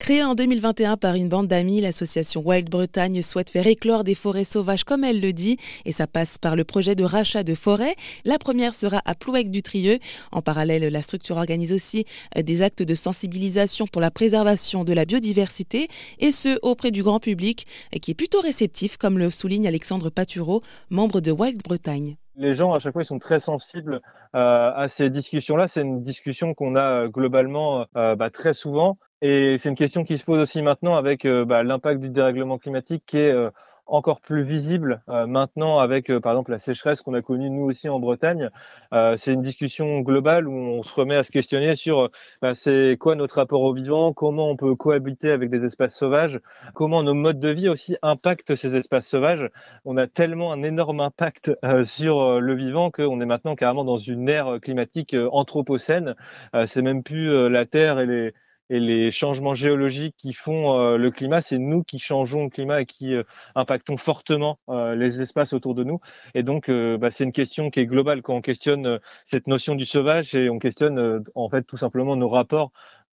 Créée en 2021 par une bande d'amis, l'association Wild Bretagne souhaite faire éclore des forêts sauvages comme elle le dit et ça passe par le projet de rachat de forêts. La première sera à Plouec-du-Trieux. En parallèle, la structure organise aussi des actes de sensibilisation pour la préservation de la biodiversité et ce auprès du grand public qui est plutôt réceptif comme le souligne Alexandre Patureau, membre de Wild Bretagne. Les gens, à chaque fois, ils sont très sensibles à ces discussions-là. C'est une discussion qu'on a globalement très souvent. Et c'est une question qui se pose aussi maintenant avec l'impact du dérèglement climatique qui est encore plus visible maintenant avec, par exemple, la sécheresse qu'on a connue nous aussi en Bretagne. C'est une discussion globale où on se remet à se questionner sur c'est quoi notre rapport au vivant, comment on peut cohabiter avec des espaces sauvages, comment nos modes de vie aussi impactent ces espaces sauvages. On a tellement un énorme impact sur le vivant qu'on est maintenant carrément dans une ère climatique anthropocène. C'est même plus la Terre et les changements géologiques qui font le climat, c'est nous qui changeons le climat et qui impactons fortement les espaces autour de nous. Et donc, c'est une question qui est globale quand on questionne cette notion du sauvage et on questionne en fait tout simplement nos rapports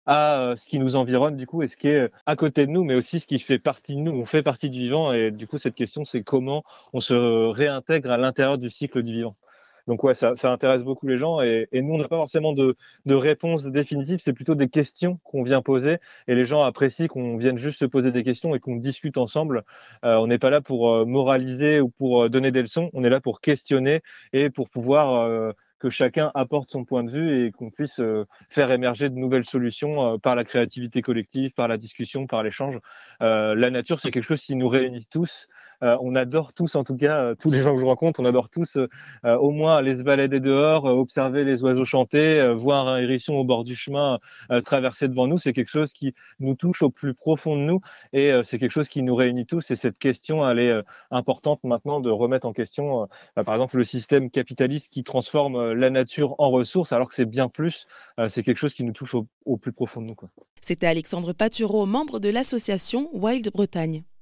à ce qui nous environne du coup et ce qui est à côté de nous, mais aussi ce qui fait partie de nous. On fait partie du vivant et du coup, cette question, c'est comment on se réintègre à l'intérieur du cycle du vivant. Donc ouais, ça intéresse beaucoup les gens et nous, on n'a pas forcément de réponse définitive, c'est plutôt des questions qu'on vient poser et les gens apprécient qu'on vienne juste se poser des questions et qu'on discute ensemble. On n'est pas là pour moraliser ou pour donner des leçons, on est là pour questionner et pour pouvoir que chacun apporte son point de vue et qu'on puisse faire émerger de nouvelles solutions par la créativité collective, par la discussion, par l'échange. La nature, c'est quelque chose qui nous réunit tous. On adore tous, en tout cas, tous les gens que je rencontre, on adore tous au moins aller se balader dehors, observer les oiseaux chanter, voir un hérisson au bord du chemin traverser devant nous. C'est quelque chose qui nous touche au plus profond de nous et c'est quelque chose qui nous réunit tous. Et cette question, elle est importante maintenant de remettre en question, par exemple, le système capitaliste qui transforme la nature en ressources, alors que c'est bien plus. C'est quelque chose qui nous touche au plus profond de nous, quoi. C'était Alexandre Patureau, membre de l'association Wild Bretagne.